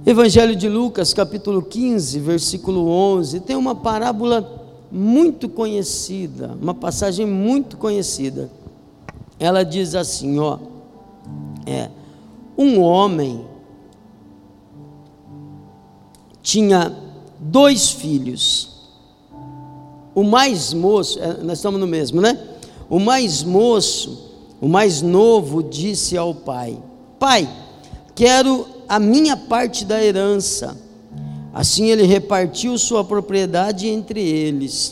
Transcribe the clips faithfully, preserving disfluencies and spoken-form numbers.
Evangelho de Lucas, capítulo quinze, versículo onze, tem uma parábola muito conhecida, uma passagem muito conhecida. Ela diz assim, ó, é, um homem tinha dois filhos. O mais moço, nós estamos no mesmo, né? O mais moço, o mais novo, disse ao pai: pai, quero a minha parte da herança. Assim ele repartiu sua propriedade entre eles.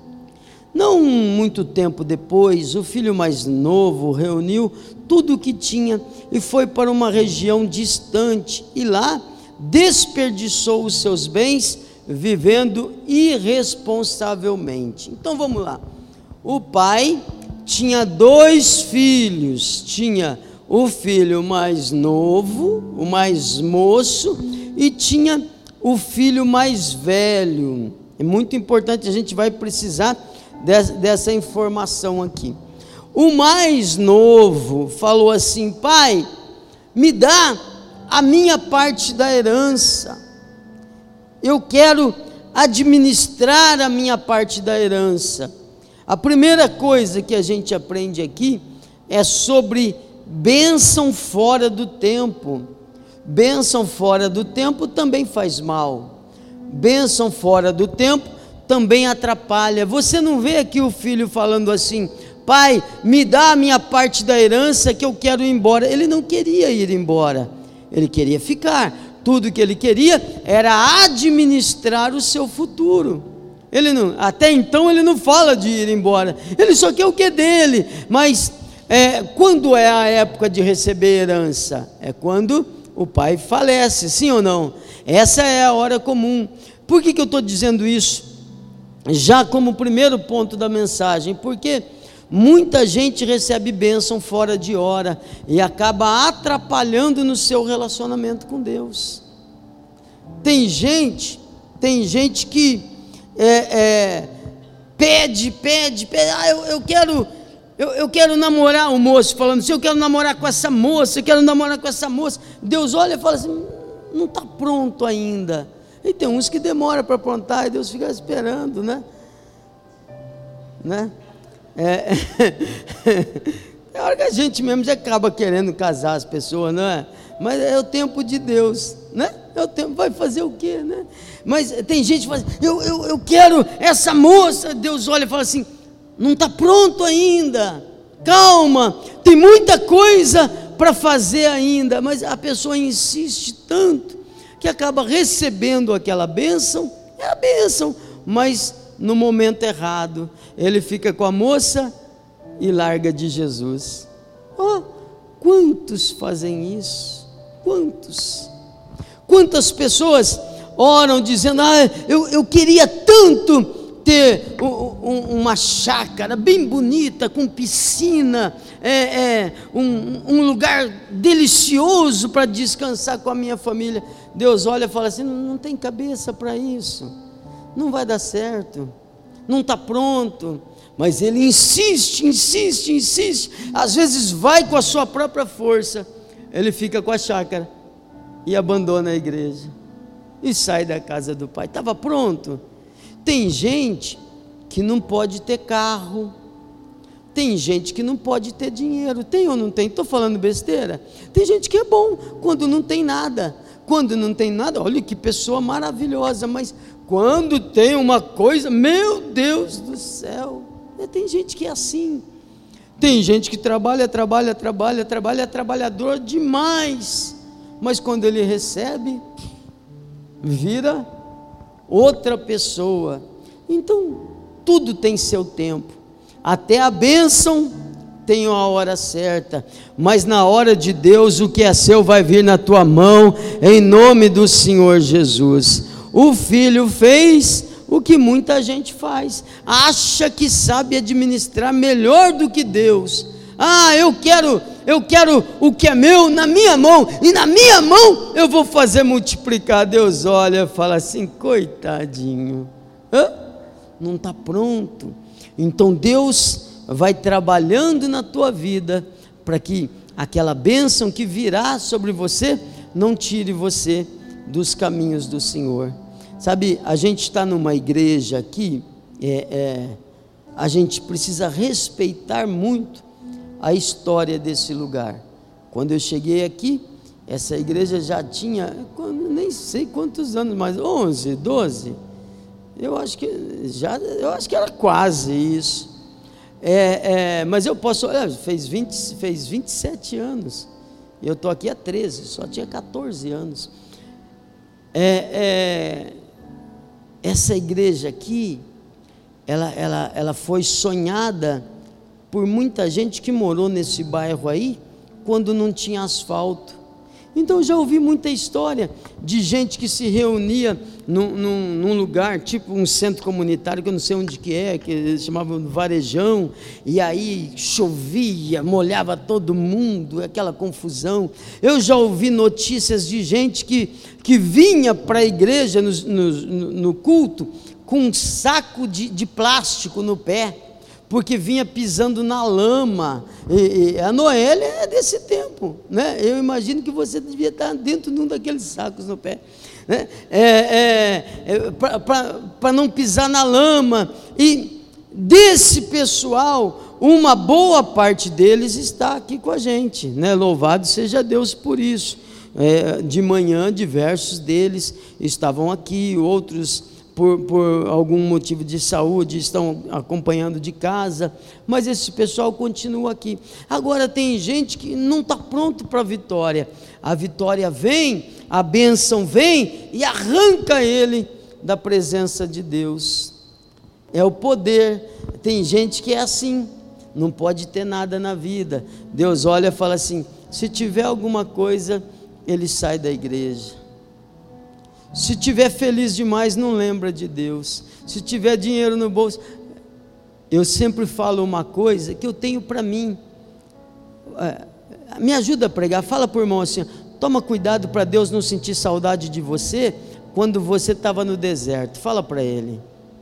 Não muito tempo depois, o filho mais novo reuniu tudo o que tinha e foi para uma região distante, e lá desperdiçou os seus bens vivendo irresponsavelmente. Então vamos lá. O pai tinha dois filhos, tinha o filho mais novo, o mais moço, e tinha o filho mais velho. É muito importante, a gente vai precisar dessa, dessa informação aqui. O mais novo falou assim: pai, me dá a minha parte da herança, eu quero administrar a minha parte da herança. A primeira coisa que a gente aprende aqui é sobre bênção fora do tempo. Bênção fora do tempo também faz mal, bênção fora do tempo também atrapalha. Você não vê aqui o filho falando assim: pai, me dá a minha parte da herança que eu quero ir embora. Ele não queria ir embora, ele queria ficar. Tudo que ele queria era administrar o seu futuro. Ele não, até então ele não fala de ir embora, ele só quer o que é dele. Mas é, quando é a época de receber herança? É quando o pai falece, sim ou não? Essa é a hora comum. Por que que eu estou dizendo isso? Já como primeiro ponto da mensagem, porque muita gente recebe bênção fora de hora e acaba atrapalhando no seu relacionamento com Deus. Tem gente, tem gente que é, é, pede, pede, pede, ah, eu, eu quero, eu, eu quero namorar, o moço falando assim, eu quero namorar com essa moça, eu quero namorar com essa moça. Deus olha e fala assim, não está pronto ainda. E tem uns que demoram para aprontar e Deus fica esperando, né? Né? É, é hora que a gente mesmo já acaba querendo casar as pessoas, não é? Mas é o tempo de Deus, né? É o tempo, vai fazer o quê, né? Mas tem gente que fala assim, eu, eu, eu quero essa moça. Deus olha e fala assim, não está pronto ainda, calma, tem muita coisa para fazer ainda. Mas a pessoa insiste tanto que acaba recebendo aquela bênção, é a bênção, mas no momento errado, ele fica com a moça e larga de Jesus. Oh, quantos fazem isso? Quantos? Quantas pessoas oram dizendo, ah, eu, eu queria tanto ter um, um, uma chácara bem bonita, com piscina, é, é, um, um lugar delicioso para descansar com a minha família. Deus olha e fala assim, não, não tem cabeça para isso, não vai dar certo, não está pronto. Mas ele insiste, insiste, insiste, às vezes vai com a sua própria força, ele fica com a chácara e abandona a igreja e sai da casa do pai. Estava pronto. Tem gente que não pode ter carro, tem gente que não pode ter dinheiro, tem ou não tem? Estou falando besteira? Tem gente que é bom quando não tem nada, quando não tem nada, olha que pessoa maravilhosa, mas quando tem uma coisa, meu Deus do céu, tem gente que é assim. Tem gente que trabalha, trabalha, trabalha, trabalha, é trabalhador demais, mas quando ele recebe, vira outra pessoa. Então, tudo tem seu tempo, até a bênção tem uma hora certa, mas na hora de Deus, o que é seu vai vir na tua mão, em nome do Senhor Jesus. O filho fez o que muita gente faz, acha que sabe administrar melhor do que Deus. Ah, eu quero, eu quero o que é meu na minha mão, e na minha mão eu vou fazer multiplicar. Deus olha e fala assim, coitadinho, hã? Não está pronto. Então Deus vai trabalhando na tua vida, para que aquela bênção que virá sobre você, não tire você dos caminhos do Senhor. Sabe, a gente está numa igreja aqui, é, é, a gente precisa respeitar muito a história desse lugar. Quando eu cheguei aqui, essa igreja já tinha, nem sei quantos anos, mas onze, doze, eu acho que já, eu acho que era quase isso. É, é, mas eu posso, olha, fez, vinte, fez vinte e sete anos, e eu estou aqui há treze, só tinha quatorze anos. É, é, essa igreja aqui, ela, ela, ela foi sonhada por muita gente que morou nesse bairro aí, quando não tinha asfalto. Então já ouvi muita história de gente que se reunia num, num, num lugar, tipo um centro comunitário, que eu não sei onde que é, que eles chamavam de varejão, e aí chovia, molhava todo mundo, aquela confusão. Eu já ouvi notícias de gente que, que vinha para a igreja no, no, no culto com um saco de, de plástico no pé, porque vinha pisando na lama. E, e a Noélia é desse tempo, né? Eu imagino que você devia estar dentro de um daqueles sacos no pé, né? é, é, é, para não pisar na lama. E desse pessoal, uma boa parte deles está aqui com a gente, né? Louvado seja Deus por isso. É, de manhã, diversos deles estavam aqui, outros Por, por algum motivo de saúde, estão acompanhando de casa, mas esse pessoal continua aqui. Agora tem gente que não está pronto para a vitória. A vitória vem, a bênção vem e arranca ele da presença de Deus. É o poder. Tem gente que é assim, não pode ter nada na vida. Deus olha e fala assim: se tiver alguma coisa, ele sai da igreja. Se tiver feliz demais, não lembra de Deus. Se tiver dinheiro no bolso, eu sempre falo uma coisa que eu tenho para mim. É, me ajuda a pregar. Fala para o irmão assim: toma cuidado para Deus não sentir saudade de você quando você estava no deserto. Fala para ele.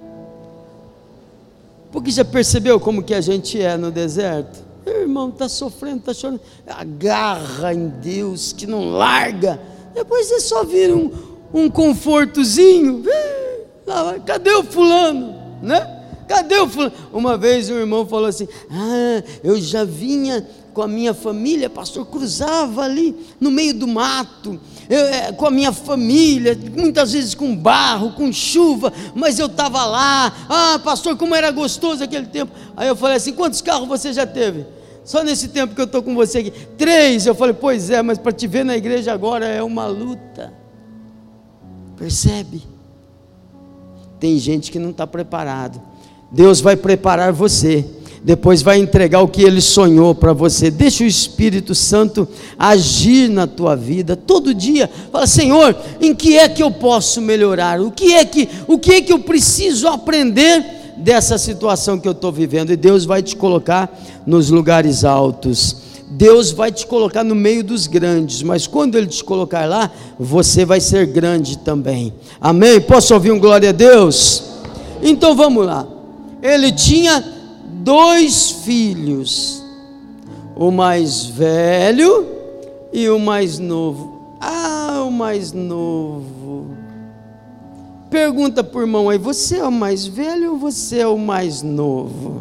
Porque já percebeu como que a gente é no deserto? Meu irmão, está sofrendo, está chorando, agarra em Deus que não larga. Depois você só vira um um confortozinho. Cadê o fulano, né? Cadê o fulano? Uma vez um irmão falou assim: ah, eu já vinha com a minha família, pastor, cruzava ali no meio do mato, eu, é, com a minha família, muitas vezes com barro, com chuva, mas eu estava lá. Ah, pastor, como era gostoso aquele tempo. Aí eu falei assim: quantos carros você já teve? Só nesse tempo que eu estou com você aqui. Três. Eu falei: pois é, mas para te ver na igreja agora é uma luta. Percebe? Tem gente que não está preparado. Deus vai preparar você, depois vai entregar o que Ele sonhou para você. Deixa o Espírito Santo agir na tua vida, todo dia. Fala: Senhor, em que é que eu posso melhorar? O que é que, o que é que eu preciso aprender dessa situação que eu estou vivendo? E Deus vai te colocar nos lugares altos. Deus vai te colocar no meio dos grandes, mas quando Ele te colocar lá, você vai ser grande também. Amém? Posso ouvir um glória a Deus? Então vamos lá. Ele tinha dois filhos, o mais velho e o mais novo. Ah, o mais novo. Pergunta para o irmão aí: você é o mais velho ou você é o mais novo?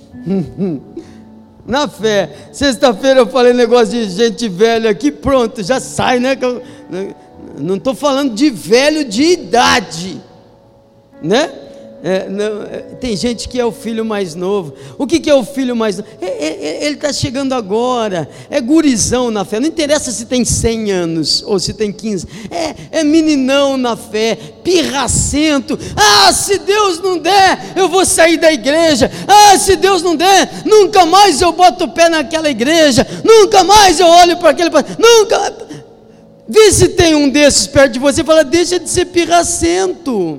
Na fé. Sexta-feira eu falei negócio de gente velha aqui, pronto, já sai, né? Não estou falando de velho de idade, né? É, não, é, tem gente que é o filho mais novo. O que, que é o filho mais novo? É, é, ele está chegando agora, é gurizão na fé. Não interessa se tem cem anos ou se tem quinze, é, é meninão na fé, pirracento. Ah, se Deus não der, eu vou sair da igreja. Ah, se Deus não der, nunca mais eu boto o pé naquela igreja, nunca mais eu olho para aquele, nunca. Vê se tem um desses perto de você e fala: deixa de ser pirracento.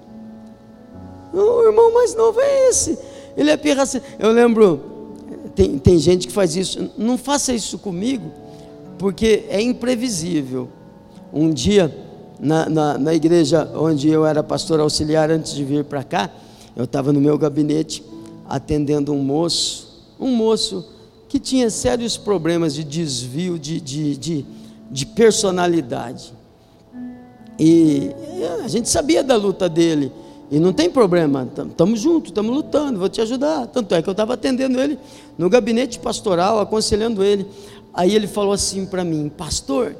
O irmão mais novo é esse, ele é pirracento. Eu lembro, tem, tem gente que faz isso. Não faça isso comigo, porque é imprevisível. Um dia, na, na, na igreja onde eu era pastor auxiliar antes de vir para cá, eu estava no meu gabinete atendendo um moço, um moço que tinha sérios problemas de desvio de, de, de, de personalidade. E a gente sabia da luta dele. E não tem problema, estamos juntos, estamos lutando, vou te ajudar. Tanto é que eu estava atendendo ele no gabinete pastoral, aconselhando ele. Aí ele falou assim para mim: pastor,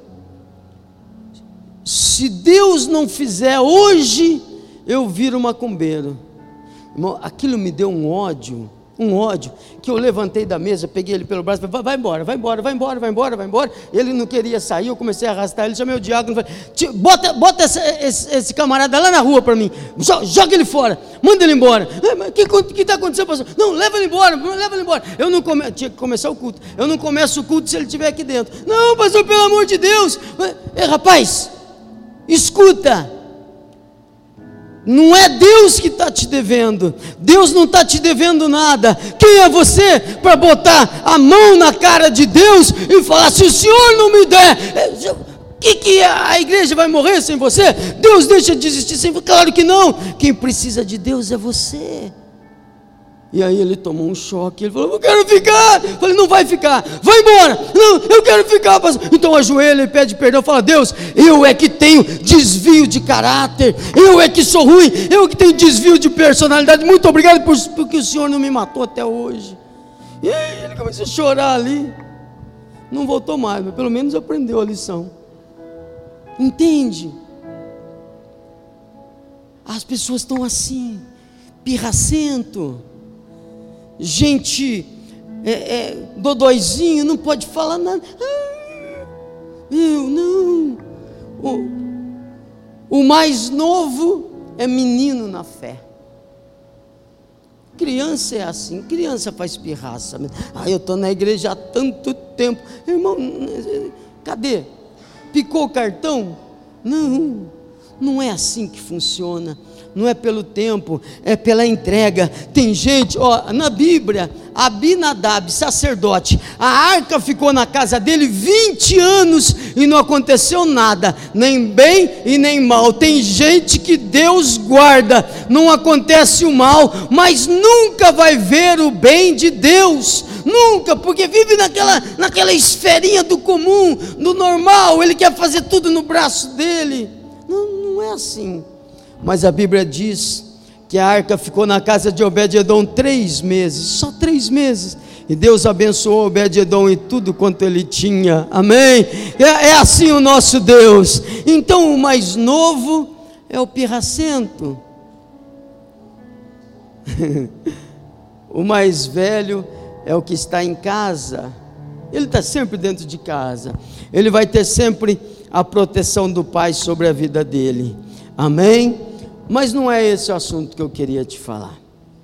se Deus não fizer hoje, eu viro macumbeiro. Irmão, aquilo me deu um ódio, um ódio, que eu levantei da mesa, peguei ele pelo braço e falei: vai embora, vai embora, vai embora, vai embora, vai embora. Ele não queria sair, eu comecei a arrastar ele, chamei o diácono, falei: bota, bota esse, esse, esse camarada lá na rua para mim, joga ele fora, manda ele embora. O que está acontecendo, pastor? Não, leva ele embora, leva ele embora. Eu não come... Tinha que começar o culto, eu não começo o culto se ele estiver aqui dentro. Não, pastor, pelo amor de Deus. Ei, rapaz, escuta, não é Deus que está te devendo, Deus não está te devendo nada. Quem é você para botar a mão na cara de Deus e falar: se o Senhor não me der, que, que a igreja vai morrer sem você? Deus deixa de existir sem você? Claro que não, quem precisa de Deus é você. E aí ele tomou um choque, ele falou: eu quero ficar. Eu falei: não vai ficar, vai embora. Não, eu quero ficar, pastor. Então ajoelha e pede perdão, fala: Deus, eu é que tenho desvio de caráter, eu é que sou ruim, eu é que tenho desvio de personalidade, muito obrigado por, porque o Senhor não me matou até hoje. E aí ele começou a chorar ali, não voltou mais, mas pelo menos aprendeu a lição. Entende? As pessoas estão assim, pirracento, gente é, é, dodóizinho, não pode falar nada. Ah, eu não. O, o mais novo é menino na fé. Criança é assim, criança faz pirraça. Ah, eu estou na igreja há tanto tempo. Irmão, cadê? Picou o cartão? Não, não é assim que funciona. Não é pelo tempo, é pela entrega. Tem gente, ó, na Bíblia, Abinadab, sacerdote, a arca ficou na casa dele vinte anos e não aconteceu nada, nem bem e nem mal. Tem gente que Deus guarda, não acontece o mal, mas nunca vai ver o bem de Deus, nunca, porque vive naquela, naquela esferinha do comum, do normal. Ele quer fazer tudo no braço dele. Não, não é assim. Mas a Bíblia diz que a arca ficou na casa de Obed-edom três meses, só três meses, e Deus abençoou Obed-edom e tudo quanto ele tinha. Amém? É, é assim o nosso Deus. Então o mais novo é o pirracento, o mais velho é o que está em casa. Ele está sempre dentro de casa, ele vai ter sempre a proteção do Pai sobre a vida dele. Amém? Mas não é esse o assunto que eu queria te falar.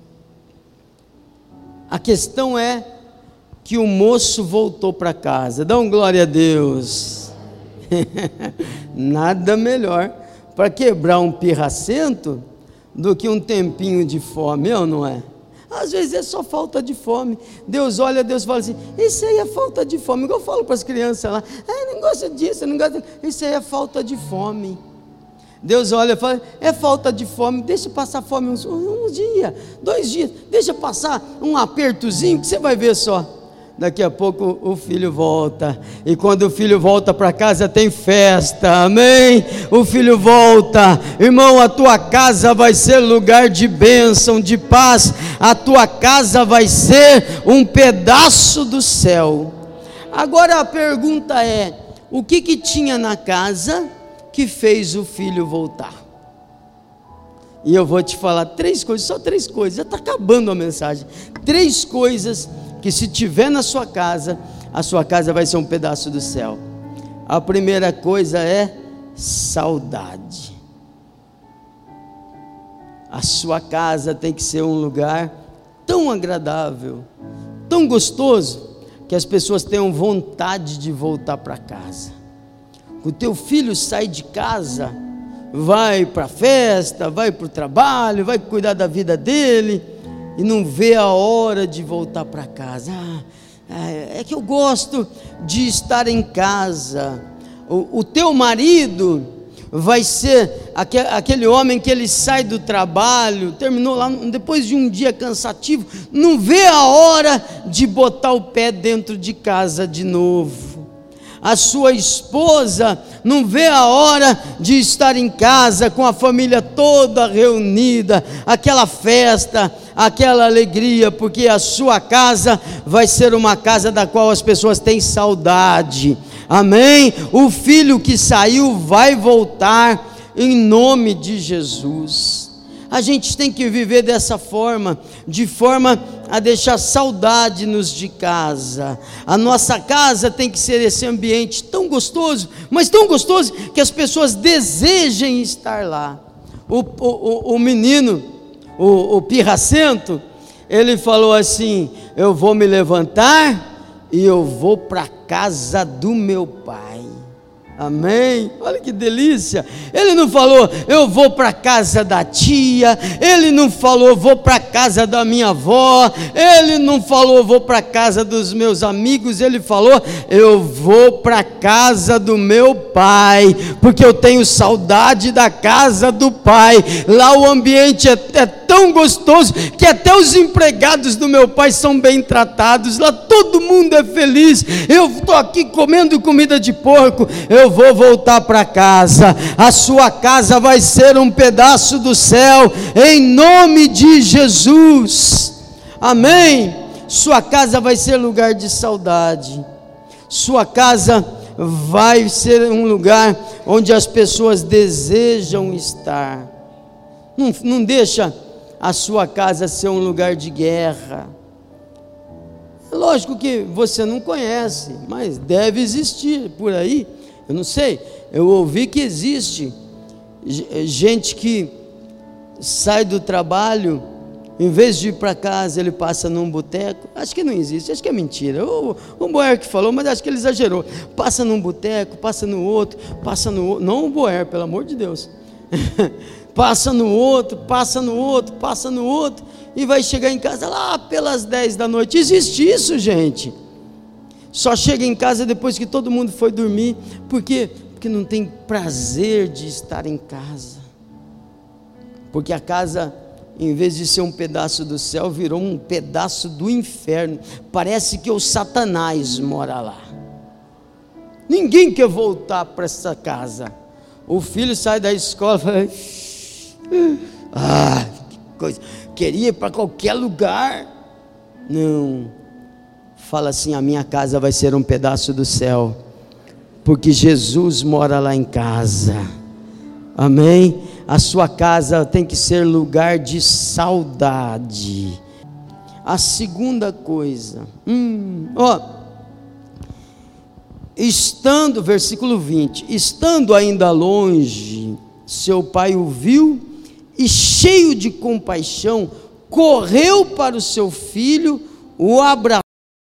A questão é que o moço voltou para casa. Dá um glória a Deus. Nada melhor para quebrar um pirracento do que um tempinho de fome, ou não é? Às vezes é só falta de fome. Deus olha, Deus fala assim: isso aí é falta de fome. Igual eu falo para as crianças lá: ah, não gosta disso, não gosta. Isso aí é falta de fome. Deus olha e fala: é falta de fome, deixa passar fome uns, um dia, dois dias, deixa passar um apertozinho que você vai ver só. Daqui a pouco o filho volta, e quando o filho volta para casa tem festa. Amém? O filho volta, irmão, a tua casa vai ser lugar de bênção, de paz. A tua casa vai ser um pedaço do céu. Agora a pergunta é: o que que tinha na casa que fez o filho voltar? E eu vou te falar três coisas, só três coisas, já está acabando a mensagem. Três coisas que, se tiver na sua casa, a sua casa vai ser um pedaço do céu. A primeira coisa é saudade. A sua casa tem que ser um lugar tão agradável, tão gostoso, que as pessoas tenham vontade de voltar para casa. O teu filho sai de casa, vai para a festa, vai para o trabalho, vai cuidar da vida dele, e não vê a hora de voltar para casa. Ah, é que eu gosto de estar em casa. O, o teu marido vai ser aquele, aquele homem que ele sai do trabalho, terminou lá, depois de um dia cansativo, não vê a hora de botar o pé dentro de casa de novo. a sua esposa não vê a hora de estar em casa com a família toda reunida, aquela festa, aquela alegria, porque a sua casa vai ser uma casa da qual as pessoas têm saudade. Amém? O filho que saiu vai voltar em nome de Jesus. A gente tem que viver dessa forma, de forma a deixar saudade-nos de casa. A nossa casa tem que ser esse ambiente tão gostoso, mas tão gostoso que as pessoas desejem estar lá. O, o, o menino, o, o pirracento, ele falou assim: eu vou me levantar e eu vou para a casa do meu pai. Amém? Olha que delícia. Ele não falou, eu vou para a casa da tia. Ele não falou, vou para a casa da minha avó. Ele não falou, vou para a casa dos meus amigos. Ele falou, eu vou para a casa do meu pai, porque eu tenho saudade da casa do pai. Lá o ambiente é, é tão gostoso que até os empregados do meu pai são bem tratados. Lá todo mundo é feliz. Eu estou aqui comendo comida de porco. Eu vou voltar para casa. A sua casa vai ser um pedaço do céu, em nome de Jesus. Amém? Sua casa vai ser lugar de saudade. Sua casa vai ser um lugar onde as pessoas desejam estar. Não, não deixa a sua casa ser um lugar de guerra. Lógico que você não conhece, mas deve existir por aí. Eu não sei, eu ouvi que existe gente que sai do trabalho, em vez de ir para casa, ele passa num boteco. Acho que não existe, acho que é mentira. O, o Boer que falou, mas acho que ele exagerou. Passa num boteco, passa no outro, passa no outro. Não o Boer, pelo amor de Deus. Passa no outro, passa no outro, passa no outro, e vai chegar em casa lá pelas dez da noite. Existe isso, gente. Só chega em casa depois que todo mundo foi dormir. Por quê? Porque não tem prazer de estar em casa. Porque a casa, em vez de ser um pedaço do céu, virou um pedaço do inferno. Parece que o Satanás mora lá. Ninguém quer voltar para essa casa. O filho sai da escola e fala, ah, que coisa, queria ir para qualquer lugar. Não. Fala assim, a minha casa vai ser um pedaço do céu, porque Jesus mora lá em casa. Amém? A sua casa tem que ser lugar de saudade. A segunda coisa, hum, ó, estando, versículo vinte, estando ainda longe, seu pai o viu e, cheio de compaixão, correu para o seu filho, o abraçou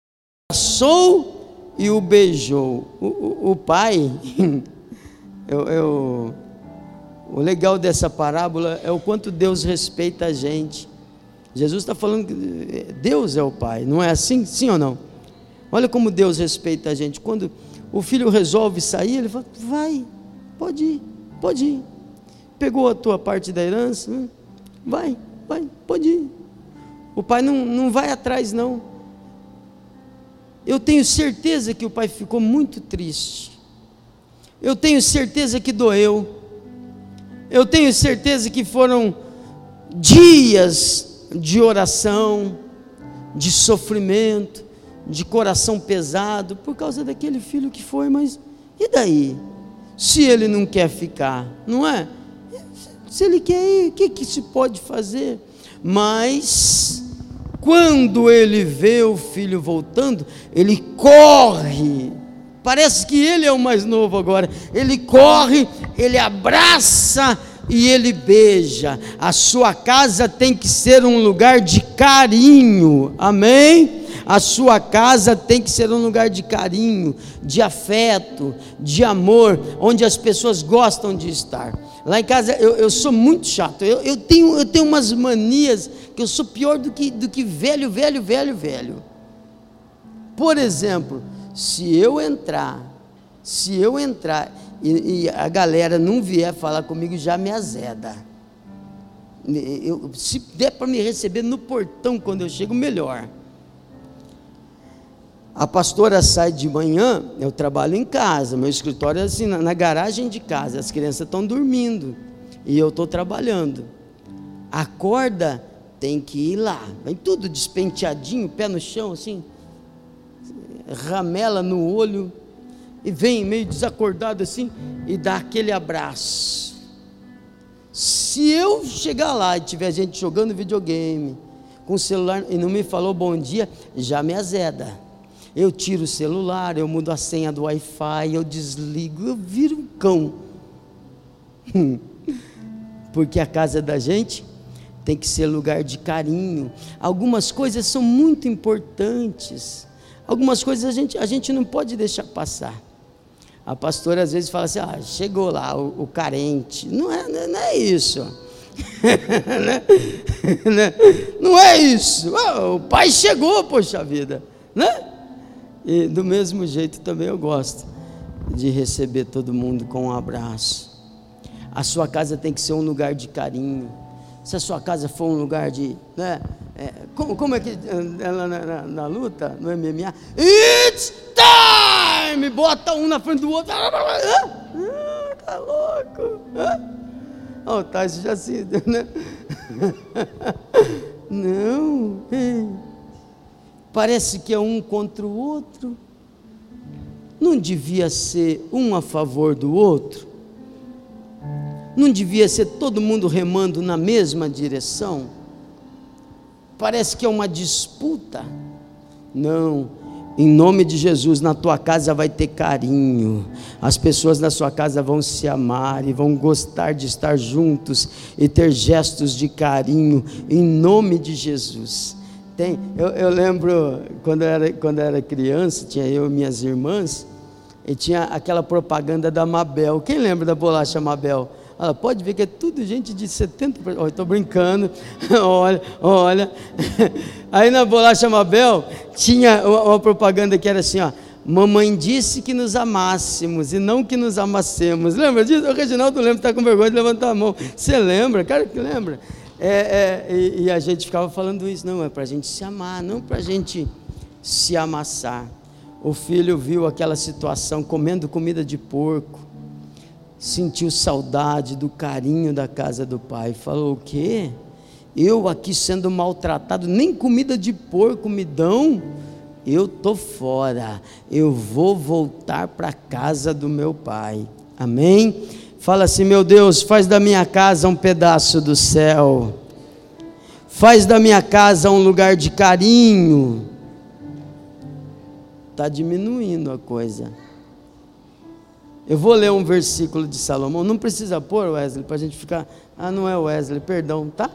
e o beijou. O, o, o pai, eu, eu, o legal dessa parábola é o quanto Deus respeita a gente. Jesus está falando que Deus é o pai, não é assim? Sim ou não? Olha como Deus respeita a gente. Quando o filho resolve sair, ele fala, vai, pode ir, pode ir. Pegou a tua parte da herança, vai, vai, pode ir. O pai não, não vai atrás não. Eu tenho certeza que o pai ficou muito triste. Eu tenho certeza que doeu. Eu tenho certeza que foram dias de oração, de sofrimento, de coração pesado, por causa daquele filho que foi. Mas e daí? Se ele não quer ficar, não é? Se ele quer ir, o que, que se pode fazer? Mas quando ele vê o filho voltando, ele corre. Parece que ele é o mais novo agora. Ele corre, ele abraça e ele beija. A sua casa tem que ser um lugar de carinho. Amém? A sua casa tem que ser um lugar de carinho, de afeto, de amor, onde as pessoas gostam de estar. Lá em casa eu, eu sou muito chato. Eu, eu, tenho, eu tenho umas manias que eu sou pior do que, do que velho, velho, velho, velho. Por exemplo, se eu entrar, se eu entrar e, e a galera não vier falar comigo, já me azeda. Eu, se der para me receber no portão quando eu chego, melhor. A pastora sai de manhã, eu trabalho em casa, meu escritório é assim, na, na garagem de casa, as crianças estão dormindo e eu estou trabalhando. Acorda, tem que ir lá, vem tudo despenteadinho, pé no chão assim, ramela no olho, e vem meio desacordado assim, e dá aquele abraço. Se eu chegar lá e tiver gente jogando videogame, com o celular, e não me falou bom dia, já me azeda. Eu tiro o celular, eu mudo a senha do Wi-Fi, eu desligo, eu viro um cão. Porque a casa da gente tem que ser lugar de carinho. Algumas coisas são muito importantes. Algumas coisas a gente, a gente não pode deixar passar. A pastora às vezes fala assim, ah, chegou lá o, o carente. Não é, não é isso. Não é isso. O pai chegou, poxa vida, né? E do mesmo jeito também eu gosto de receber todo mundo com um abraço. A sua casa tem que ser um lugar de carinho. Se a sua casa for um lugar de, né, é, como, como é que ela na, na, na luta, no M M A, it's time, bota um na frente do outro, ah, tá louco, ó, oh, tá, isso já se, né? Não, é. Parece que é um contra o outro. Não devia ser um a favor do outro? Não devia ser todo mundo remando na mesma direção? Parece que é uma disputa. Não, em nome de Jesus, na tua casa vai ter carinho, as pessoas na sua casa vão se amar e vão gostar de estar juntos e ter gestos de carinho, em nome de Jesus. Tem, eu, eu lembro quando eu, era, quando eu era criança, tinha eu e minhas irmãs, e tinha aquela propaganda da Mabel. Quem lembra da bolacha Mabel? Ela pode ver que é tudo gente de setenta por cento. Oh, estou brincando. olha, olha. Aí na bolacha Mabel tinha uma, uma propaganda que era assim, ó: mamãe disse que nos amássemos e não que nos amassemos. Lembra disso? O Reginaldo lembra, está com vergonha de levantar a mão. Você lembra? Cara que lembra? É, é, e, e a gente ficava falando isso, não, é para a gente se amar, não para a gente se amassar. O filho viu aquela situação, comendo comida de porco, sentiu saudade do carinho da casa do pai, falou: o quê? Eu aqui sendo maltratado, nem comida de porco me dão? Eu estou fora, eu vou voltar para a casa do meu pai. Amém? Fala assim: meu Deus, faz da minha casa um pedaço do céu, faz da minha casa um lugar de carinho. Está diminuindo a coisa. Eu vou ler um versículo de Salomão, não precisa pôr, Wesley, para a gente ficar, ah, não é Wesley, perdão, tá?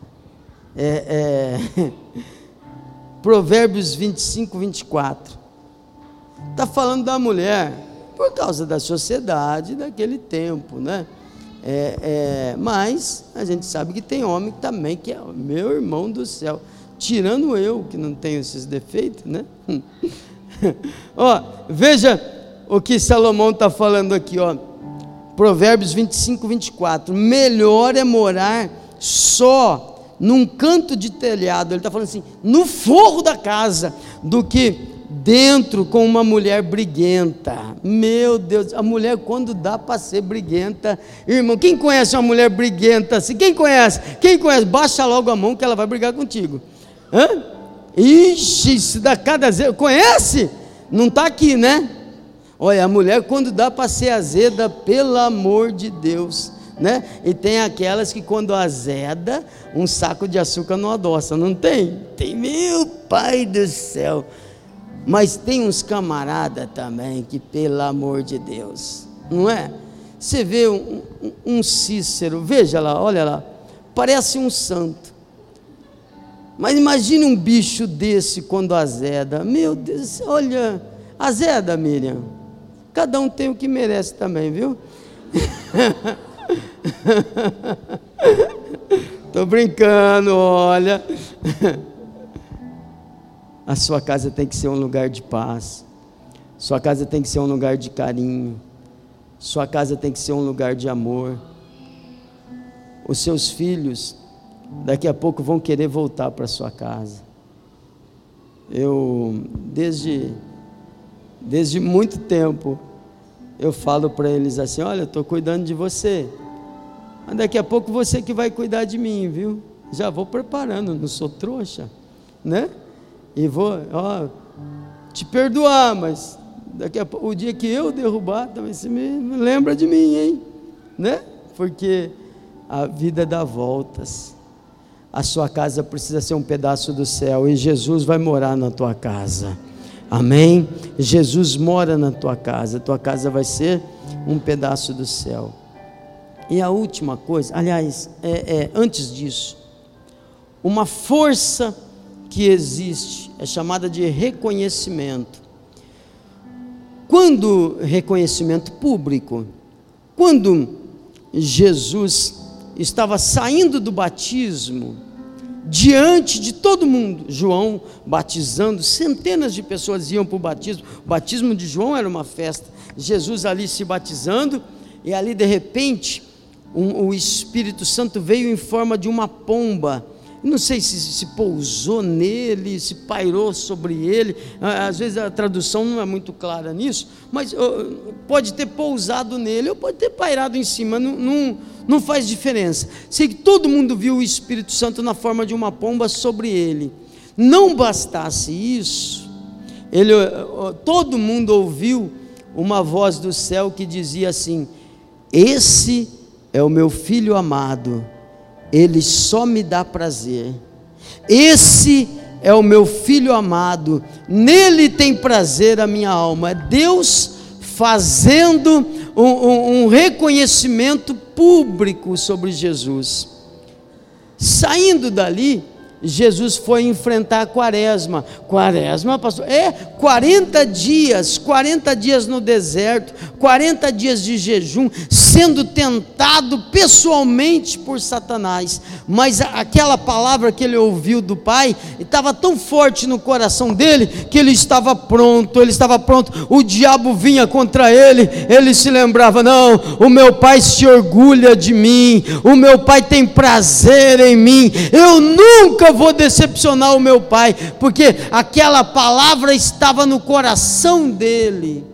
É, é... Provérbios vinte e cinco, vinte e quatro, está falando da mulher, por causa da sociedade daquele tempo, né? É, é, mas a gente sabe que tem homem também que é meu irmão do céu, tirando eu que não tenho esses defeitos, né? Ó, veja o que Salomão está falando aqui, ó. Provérbios vinte e cinco, vinte e quatro, melhor é morar só num canto de telhado, ele está falando assim, no forro da casa, do que dentro com uma mulher briguenta. Meu Deus, a mulher quando dá para ser briguenta, irmão, quem conhece uma mulher briguenta assim? Quem conhece? Quem conhece? Baixa logo a mão que ela vai brigar contigo. Hã? Ixi, se dá cada zero, conhece? Não está aqui, né? Olha, a mulher quando dá para ser azeda, pelo amor de Deus, né? E tem aquelas que quando azeda, um saco de açúcar não adoça, não tem? Tem, meu pai do céu. Mas tem uns camarada também que, pelo amor de Deus, não é? Você vê um, um, um Cícero, veja lá, olha lá, parece um santo. Mas imagine um bicho desse quando azeda. Meu Deus, olha, azeda, Miriam. Cada um tem o que merece também, viu? Estou brincando, olha. A sua casa tem que ser um lugar de paz, sua casa tem que ser um lugar de carinho, sua casa tem que ser um lugar de amor. Os seus filhos daqui a pouco vão querer voltar para sua casa. eu desde, desde muito tempo, eu falo para eles assim: olha, eu estou cuidando de você, mas daqui a pouco você que vai cuidar de mim, viu? Já vou preparando, não sou trouxa, né? E vou, ó, te perdoar, mas daqui a pouco, o dia que eu derrubar, também você me lembra de mim, hein? Né? Porque a vida dá voltas. A sua casa precisa ser um pedaço do céu, e Jesus vai morar na tua casa. Amém? Jesus mora na tua casa, tua casa vai ser um pedaço do céu. E a última coisa, aliás, é, é, antes disso, uma força que existe, é chamada de reconhecimento. Quando reconhecimento público, quando Jesus estava saindo do batismo, diante de todo mundo, João batizando, centenas de pessoas iam para o batismo. O batismo de João era uma festa, Jesus ali se batizando, e ali de repente um, o Espírito Santo veio em forma de uma pomba. Não sei se, se pousou nele, se pairou sobre ele, às vezes a tradução não é muito clara nisso, mas uh, pode ter pousado nele, ou pode ter pairado em cima, não, não, não faz diferença. Sei que todo mundo viu o Espírito Santo na forma de uma pomba sobre ele. Não bastasse isso, ele, uh, todo mundo ouviu uma voz do céu que dizia assim: esse é o meu filho amado, ele só me dá prazer. Esse é o meu filho amado, nele tem prazer a minha alma. É Deus fazendo um, um, um reconhecimento público sobre Jesus. Saindo dali, Jesus foi enfrentar a quaresma. Quaresma, pastor, é quarenta dias, quarenta dias no deserto, quarenta dias de jejum, sendo tentado pessoalmente por Satanás. Mas aquela palavra que ele ouviu do Pai estava tão forte no coração dele, que ele estava pronto, ele estava pronto. O diabo vinha contra ele, ele se lembrava: não, o meu Pai se orgulha de mim, o meu Pai tem prazer em mim, eu nunca vou decepcionar o meu Pai, porque aquela palavra estava no coração dele.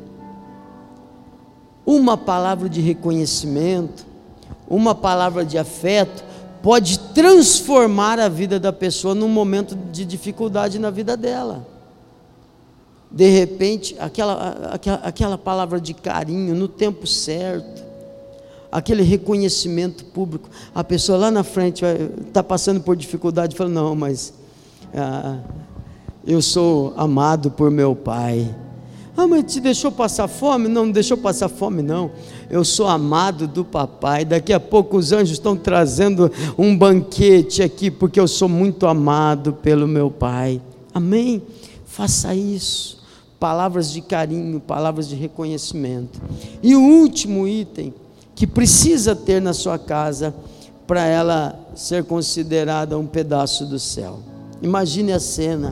Uma palavra de reconhecimento, uma palavra de afeto, pode transformar a vida da pessoa num momento de dificuldade na vida dela. De repente, aquela, aquela, aquela palavra de carinho no tempo certo, aquele reconhecimento público, a pessoa lá na frente está passando por dificuldade, fala: não, mas ah, eu sou amado por meu Pai. Ah, mas te deixou passar fome? Não, não deixou passar fome não, eu sou amado do papai. Daqui a pouco os anjos estão trazendo um banquete aqui, porque eu sou muito amado pelo meu Pai. Amém? Faça isso, palavras de carinho, palavras de reconhecimento. E o último item que precisa ter na sua casa, para ela ser considerada um pedaço do céu. Imagine a cena.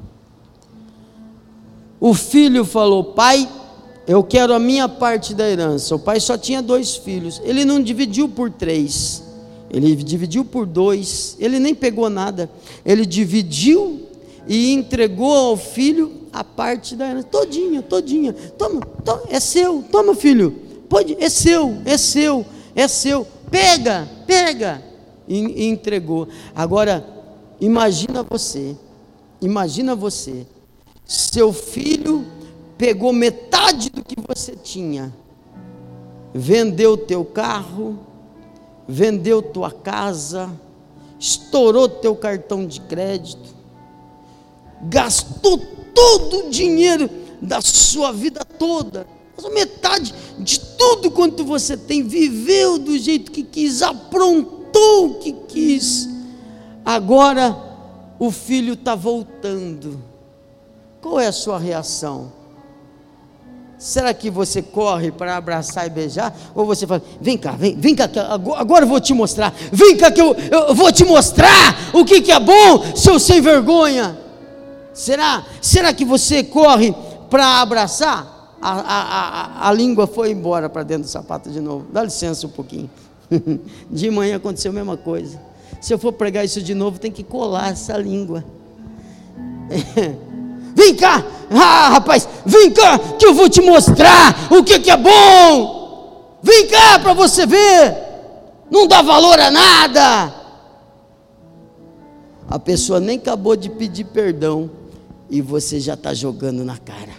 O filho falou: pai, eu quero a minha parte da herança. O pai só tinha dois filhos, ele não dividiu por três, ele dividiu por dois, ele nem pegou nada, ele dividiu e entregou ao filho a parte da herança, todinha, todinha, toma, toma, é seu, toma filho, pode, é seu, é seu, é seu, pega, pega, e, e entregou. Agora, imagina você, imagina você, seu filho pegou metade do que você tinha, vendeu teu carro, vendeu tua casa, estourou teu cartão de crédito, gastou todo o dinheiro da sua vida toda, metade de tudo quanto você tem, viveu do jeito que quis, aprontou o que quis. Agora o filho está voltando. Qual é a sua reação? Será que você corre para abraçar e beijar? Ou você fala: vem cá, vem, vem cá, agora eu vou te mostrar, vem cá que eu, eu vou te mostrar o que, que é bom, seu sem vergonha. Será? Será que você corre para abraçar? A, a, a, a língua foi embora para dentro do sapato de novo. Dá licença um pouquinho. De manhã aconteceu a mesma coisa. Se eu for pregar isso de novo, tem que colar essa língua. vem cá, ah rapaz, vem cá que eu vou te mostrar o que, que é bom, vem cá para você ver, não dá valor a nada. A pessoa nem acabou de pedir perdão e você já está jogando na cara.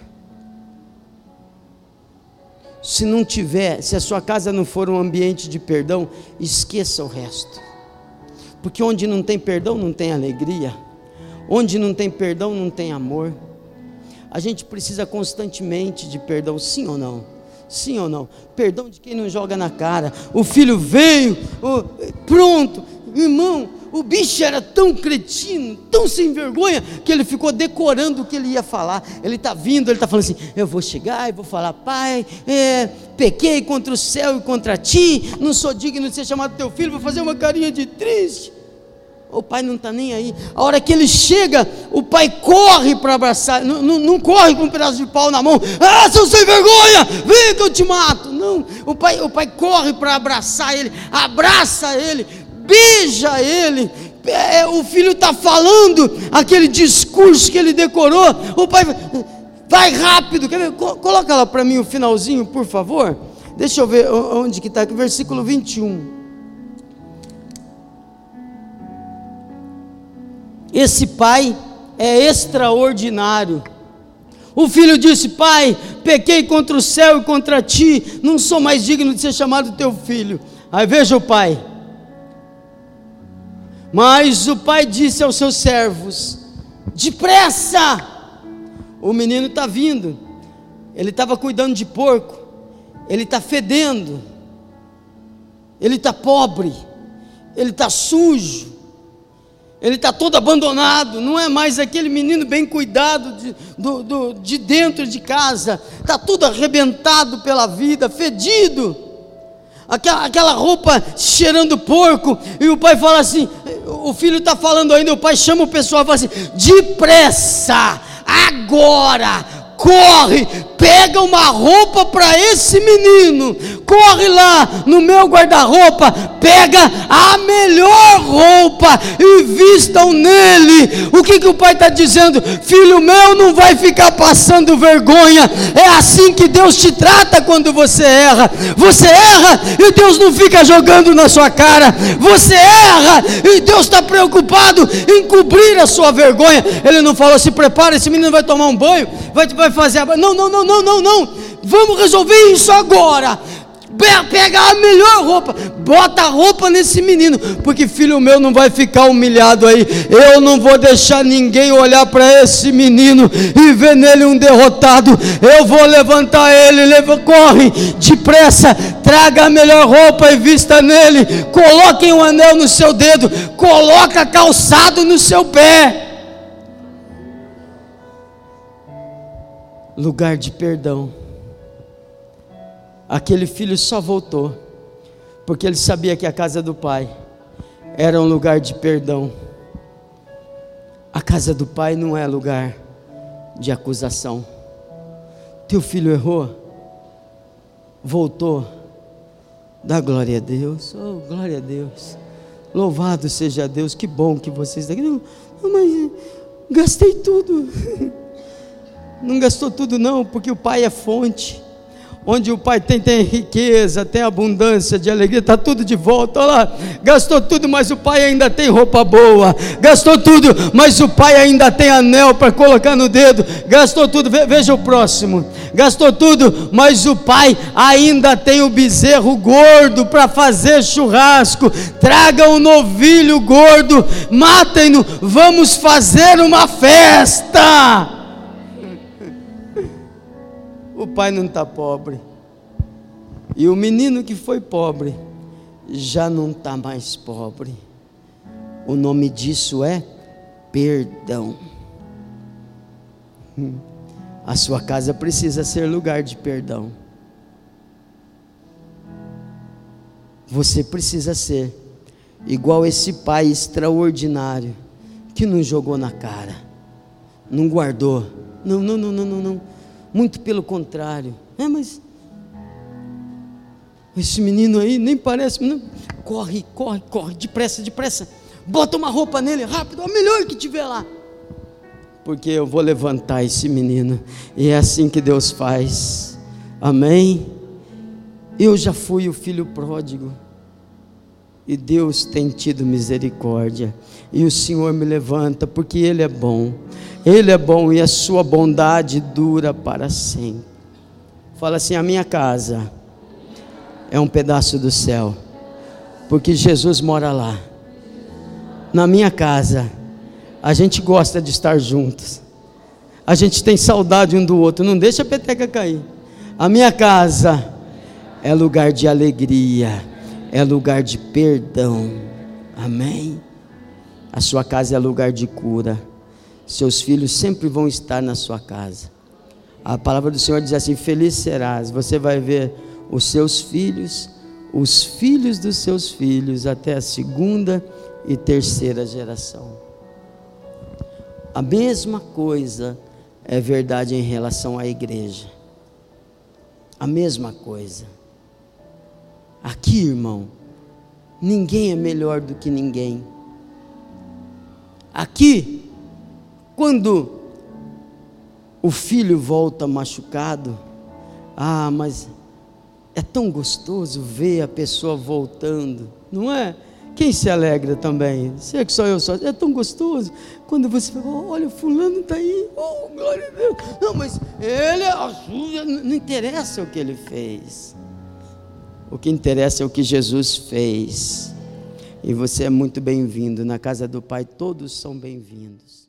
Se não tiver, se a sua casa não for um ambiente de perdão, esqueça o resto, porque onde não tem perdão não tem alegria, onde não tem perdão não tem amor. A gente precisa constantemente de perdão, sim ou não? Sim ou não? Perdão de quem não joga na cara. O filho veio, oh, pronto, irmão, o bicho era tão cretino, tão sem vergonha, que ele ficou decorando o que ele ia falar. Ele está vindo, ele está falando assim: eu vou chegar e vou falar, pai, é, pequei contra o céu e contra ti, não sou digno de ser chamado teu filho, vou fazer uma carinha de triste. O pai não está nem aí. A hora que ele chega, o pai corre para abraçar, não, não, não corre com um pedaço de pau na mão, ah, seu sem vergonha, vem que eu te mato. Não, o pai, o pai corre para abraçar ele, abraça ele, beija ele. É, o filho está falando aquele discurso que ele decorou, o pai vai rápido, quer ver? Coloca lá para mim o finalzinho, por favor, deixa eu ver onde que está, versículo vinte e um. Esse pai é extraordinário. O filho disse: pai, pequei contra o céu e contra ti, não sou mais digno de ser chamado teu filho. Aí veja o pai. Mas o pai disse aos seus servos: depressa, o menino está vindo, ele estava cuidando de porco, ele está fedendo, ele está pobre, ele está sujo, ele está todo abandonado, não é mais aquele menino bem cuidado de, do, do, de dentro de casa, está tudo arrebentado pela vida, fedido, aquela, aquela roupa cheirando porco. E o pai fala assim, o filho está falando ainda, o pai chama o pessoal e fala assim: depressa, agora, corre, pega uma roupa para esse menino, corre lá no meu guarda-roupa, pega a melhor roupa e vistam nele. O que que o pai está dizendo? Filho meu, não vai ficar passando vergonha, é assim que Deus te trata quando você erra. Você erra e Deus não fica jogando na sua cara, você erra e Deus está preocupado em cobrir a sua vergonha. Ele não falou: se prepara, esse menino vai tomar um banho, vai, vai fazer a... não, não, não, não, não, não, vamos resolver isso agora. Pega a melhor roupa, bota a roupa nesse menino, porque filho meu não vai ficar humilhado aí. Eu não vou deixar ninguém olhar para esse menino e ver nele um derrotado. Eu vou levantar ele, leva, corre, depressa, traga a melhor roupa e vista nele, coloquem um anel no seu dedo, coloca calçado no seu pé. Lugar de perdão. Aquele filho só voltou porque ele sabia que a casa do pai era um lugar de perdão. A casa do pai não é lugar de acusação. Teu filho errou, voltou, dá glória a Deus. Oh, glória a Deus, louvado seja Deus. Que bom que vocês daqui. Não, não, mas gastei tudo. Não gastou tudo não, porque o pai é fonte. Onde o pai tem, tem riqueza, tem abundância de alegria, está tudo de volta. Olha lá, gastou tudo, mas o pai ainda tem roupa boa. Gastou tudo, mas o pai ainda tem anel para colocar no dedo. Gastou tudo, veja o próximo. Gastou tudo, mas o pai ainda tem o bezerro gordo para fazer churrasco. Traga um novilho gordo, matem-no, vamos fazer uma festa. O pai não está pobre, e o menino que foi pobre já não está mais pobre. O nome disso é perdão. A sua casa precisa ser lugar de perdão. Você precisa ser igual esse pai extraordinário que não jogou na cara, não guardou. Não, não, não, não, não, não. Muito pelo contrário. É, mas esse menino aí nem parece. Não. Corre, corre, corre, depressa, depressa. Bota uma roupa nele, rápido, a melhor que tiver lá. porque eu vou levantar esse menino, e é assim que Deus faz, amém? Eu já fui o filho pródigo, e Deus tem tido misericórdia, e o Senhor me levanta, porque Ele é bom, Ele é bom, e a sua bondade dura para sempre. Fala assim: a minha casa é um pedaço do céu, porque Jesus mora lá. Na minha casa, a gente gosta de estar juntos, a gente tem saudade um do outro, não deixa a peteca cair. A minha casa é lugar de alegria, é lugar de perdão, amém? A sua casa é lugar de cura, seus filhos sempre vão estar na sua casa. A palavra do Senhor diz assim: feliz serás, você vai ver os seus filhos, os filhos dos seus filhos, até a segunda e terceira geração. A mesma coisa é verdade em relação à igreja, a mesma coisa. Aqui, irmão, ninguém é melhor do que ninguém. Aqui, quando o filho volta machucado, ah, mas é tão gostoso ver a pessoa voltando, não é? Quem se alegra também? Sei que só eu só. É tão gostoso quando você fala: olha, fulano está aí, oh, glória a Deus. Não, mas ele ajuda, não interessa o que ele fez. O que interessa é o que Jesus fez. E você é muito bem-vindo. Na casa do Pai todos são bem-vindos.